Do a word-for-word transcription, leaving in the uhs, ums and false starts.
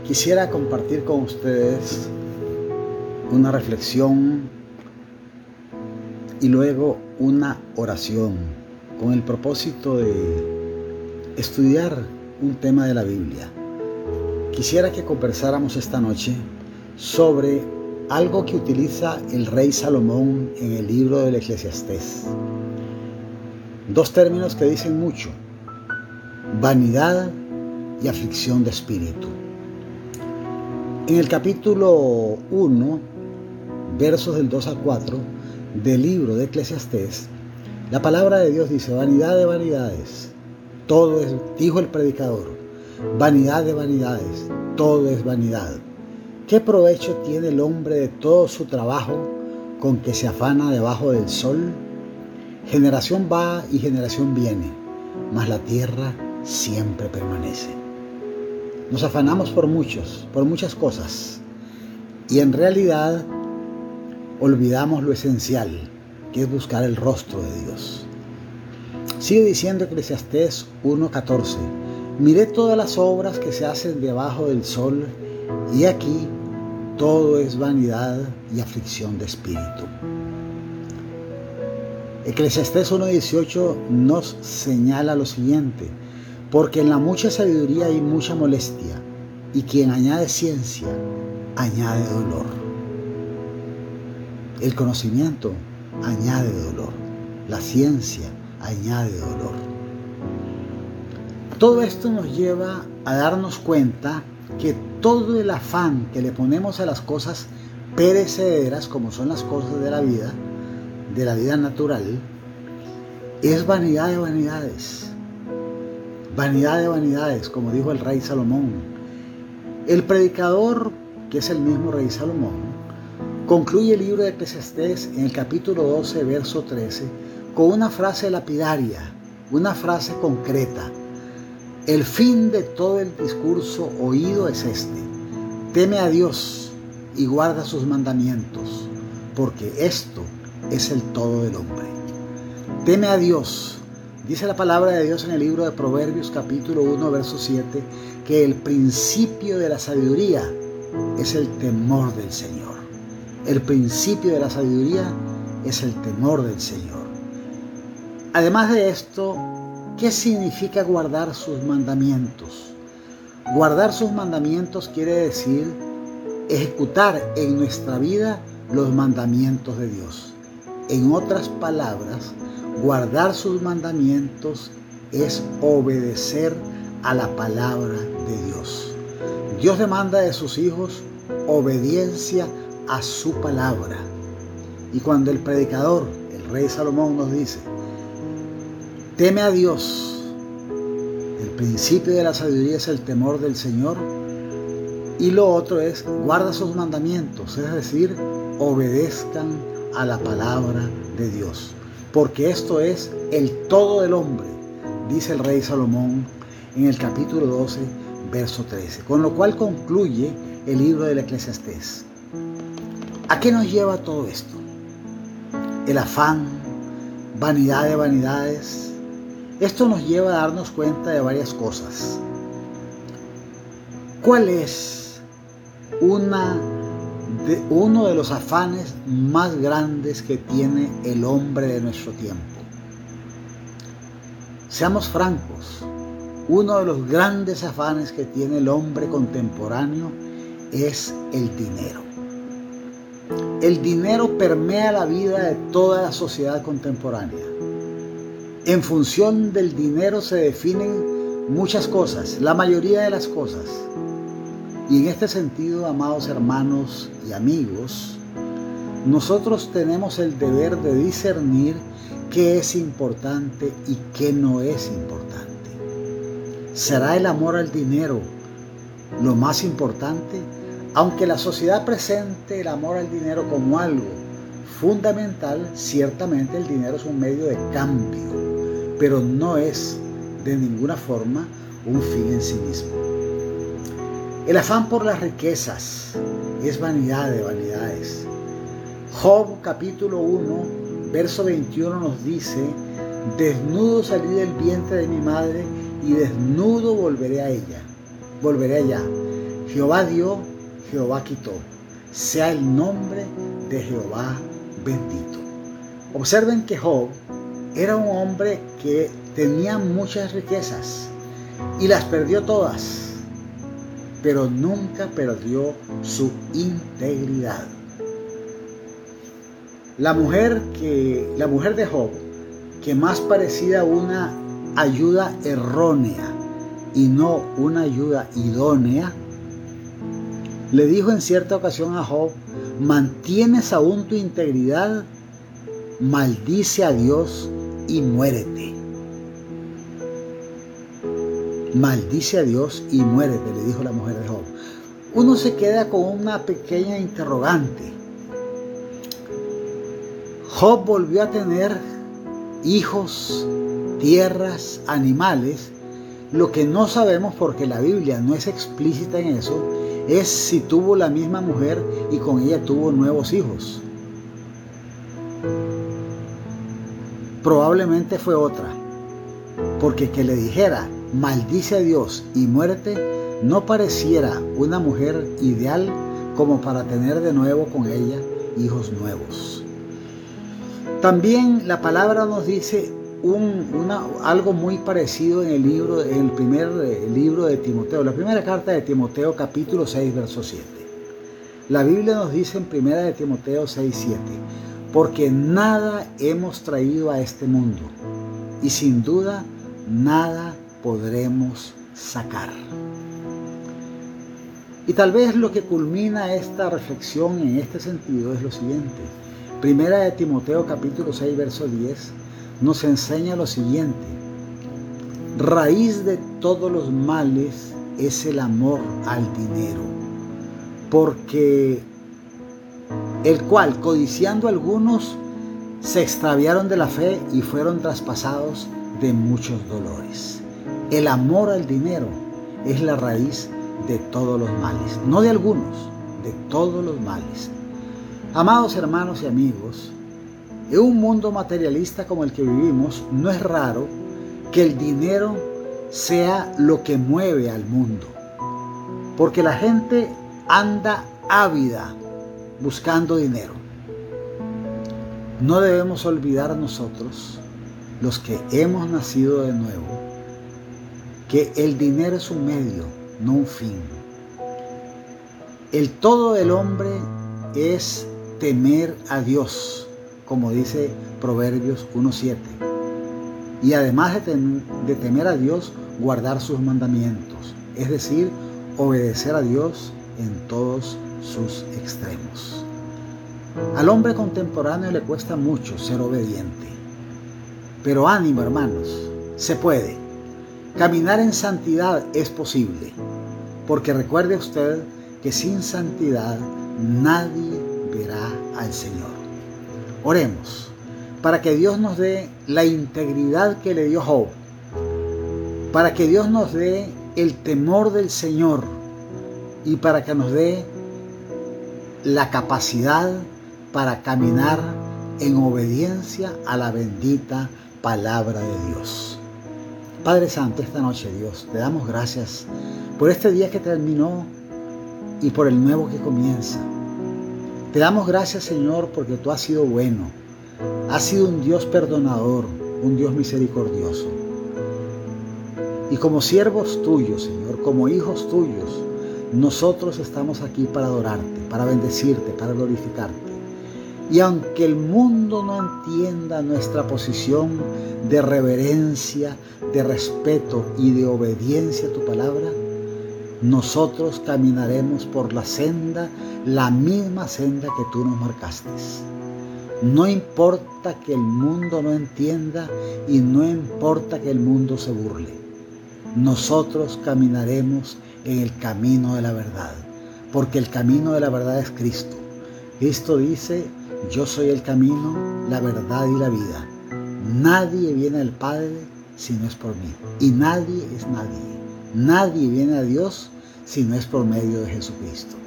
Quisiera compartir con ustedes una reflexión y luego una oración con el propósito de estudiar un tema de la Biblia. Quisiera que conversáramos esta noche sobre algo que utiliza el rey Salomón en el libro del Eclesiastés. Dos términos que dicen mucho: vanidad y aflicción de espíritu. En el capítulo uno, versos del dos al cuatro del libro de Eclesiastés, la palabra de Dios dice: vanidad de vanidades, todo es, dijo el predicador, vanidad de vanidades, todo es vanidad. ¿Qué provecho tiene el hombre de todo su trabajo con que se afana debajo del sol? Generación va y generación viene, mas la tierra siempre permanece. Nos afanamos por muchos, por muchas cosas, y en realidad olvidamos lo esencial, que es buscar el rostro de Dios. Sigue diciendo Eclesiastés uno catorce: miré todas las obras que se hacen debajo del sol, y aquí todo es vanidad y aflicción de espíritu. Eclesiastés uno dieciocho nos señala lo siguiente: porque en la mucha sabiduría hay mucha molestia, y quien añade ciencia, añade dolor. El conocimiento añade dolor, la ciencia añade dolor. Todo esto nos lleva a darnos cuenta que todo el afán que le ponemos a las cosas perecederas, como son las cosas de la vida, de la vida natural, es vanidad de vanidades. Vanidad de vanidades, como dijo el rey Salomón. El predicador, que es el mismo rey Salomón, concluye el libro de Eclesiastés en el capítulo doce, verso trece, con una frase lapidaria, una frase concreta. El fin de todo el discurso oído es este: teme a Dios y guarda sus mandamientos, porque esto es el todo del hombre. Teme a Dios. Dice la palabra de Dios en el libro de Proverbios capítulo uno, verso siete, que el principio de la sabiduría es el temor del Señor. El principio de la sabiduría es el temor del Señor. Además de esto, ¿qué significa guardar sus mandamientos? Guardar sus mandamientos quiere decir ejecutar en nuestra vida los mandamientos de Dios. En otras palabras, guardar sus mandamientos es obedecer a la palabra de Dios. Dios demanda de sus hijos obediencia a su palabra. Y cuando el predicador, el rey Salomón, nos dice: teme a Dios, el principio de la sabiduría es el temor del Señor, y lo otro es guarda sus mandamientos, es decir, obedezcan a la palabra de Dios. Porque esto es el todo del hombre, dice el rey Salomón en el capítulo doce, verso trece. Con lo cual concluye el libro del Eclesiastés. ¿A qué nos lleva todo esto? El afán, vanidad de vanidades. Esto nos lleva a darnos cuenta de varias cosas. ¿Cuál es una de uno de los afanes más grandes que tiene el hombre de nuestro tiempo? Seamos francos, uno de los grandes afanes que tiene el hombre contemporáneo es el dinero. El dinero permea la vida de toda la sociedad contemporánea. En función del dinero se definen muchas cosas, la mayoría de las cosas. Y en este sentido, amados hermanos y amigos, nosotros tenemos el deber de discernir qué es importante y qué no es importante. ¿Será el amor al dinero lo más importante? Aunque la sociedad presente el amor al dinero como algo fundamental, ciertamente el dinero es un medio de cambio, pero no es de ninguna forma un fin en sí mismo. El afán por las riquezas es vanidad de vanidades. Job capítulo uno, verso veintiuno nos dice: desnudo salí del vientre de mi madre y desnudo volveré a ella, volveré allá. Jehová dio, Jehová quitó. Sea el nombre de Jehová bendito. Observen que Job era un hombre que tenía muchas riquezas y las perdió todas, pero nunca perdió su integridad. La mujer, que, la mujer de Job, que más parecía una ayuda errónea y no una ayuda idónea, le dijo en cierta ocasión a Job: ¿mantienes aún tu integridad? Maldice a Dios y muérete. Maldice a Dios y muérete, le dijo la mujer de Job. Uno se queda con una pequeña interrogante. Job volvió a tener hijos, tierras, animales. Lo que no sabemos, porque la Biblia no es explícita en eso, es si tuvo la misma mujer y con ella tuvo nuevos hijos. Probablemente fue otra, porque que le dijera maldice a Dios y muérete no pareciera una mujer ideal como para tener de nuevo con ella hijos nuevos. También la palabra nos dice un, una, algo muy parecido en el libro, en el primer eh, libro de Timoteo, la primera carta de Timoteo, capítulo seis, verso siete. La Biblia nos dice en primera de Timoteo seis, siete: porque nada hemos traído a este mundo y sin duda nada podremos sacar. Y tal vez lo que culmina esta reflexión en este sentido es lo siguiente. Primera de Timoteo capítulo seis, verso diez nos enseña lo siguiente: raíz de todos los males es el amor al dinero, porque el cual, codiciando algunos, se extraviaron de la fe y fueron traspasados de muchos dolores. El amor al dinero es la raíz de todos los males, no de algunos, de todos los males. Amados hermanos y amigos, en un mundo materialista como el que vivimos, no es raro que el dinero sea lo que mueve al mundo, porque la gente anda ávida buscando dinero. No debemos olvidar nosotros, los que hemos nacido de nuevo, que el dinero es un medio, no un fin. El todo del hombre es temer a Dios, como dice Proverbios uno siete. Y además de, tem de temer a Dios, guardar sus mandamientos, es decir, obedecer a Dios en todos sus extremos. Al hombre contemporáneo le cuesta mucho ser obediente, pero ánimo, hermanos, se puede. Caminar en santidad es posible, porque recuerde usted que sin santidad nadie verá al Señor. Oremos para que Dios nos dé la integridad que le dio Job, para que Dios nos dé el temor del Señor y para que nos dé la capacidad para caminar en obediencia a la bendita palabra de Dios. Padre Santo, esta noche, Dios, te damos gracias por este día que terminó y por el nuevo que comienza. Te damos gracias, Señor, porque tú has sido bueno, has sido un Dios perdonador, un Dios misericordioso. Y como siervos tuyos, Señor, como hijos tuyos, nosotros estamos aquí para adorarte, para bendecirte, para glorificarte. Y aunque el mundo no entienda nuestra posición de reverencia, de respeto y de obediencia a tu palabra, nosotros caminaremos por la senda, la misma senda que tú nos marcaste. No importa que el mundo no entienda y no importa que el mundo se burle. Nosotros caminaremos en el camino de la verdad, porque el camino de la verdad es Cristo. Cristo dice: yo soy el camino, la verdad y la vida. Nadie viene al Padre si no es por mí. Y nadie es nadie. Nadie viene a Dios si no es por medio de Jesucristo.